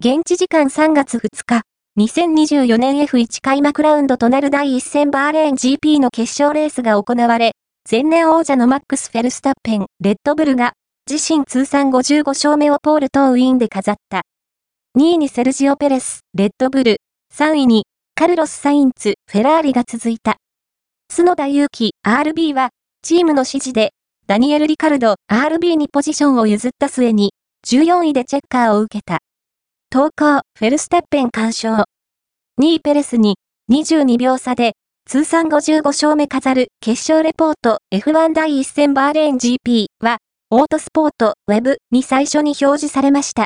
現地時間3月2日、2024年 F1 開幕ラウンドとなる第1戦バーレーン GP の決勝レースが行われ、前年王者のマックス・フェルスタッペン、レッドブルが、自身通算55勝目をポールとウィーンで飾った。2位にセルジオ・ペレス、レッドブル、3位に、カルロス・サインツ、フェラーリが続いた。角田裕樹、RB は、チームの指示で、ダニエル・リカルド、RB にポジションを譲った末に、14位でチェッカーを受けた。投稿、フェルスタッペン完勝。2位ペレスに、22秒差で、通算55勝目飾る決勝レポート F1 第1戦バーレーン GP は、オートスポートウェブに最初に表示されました。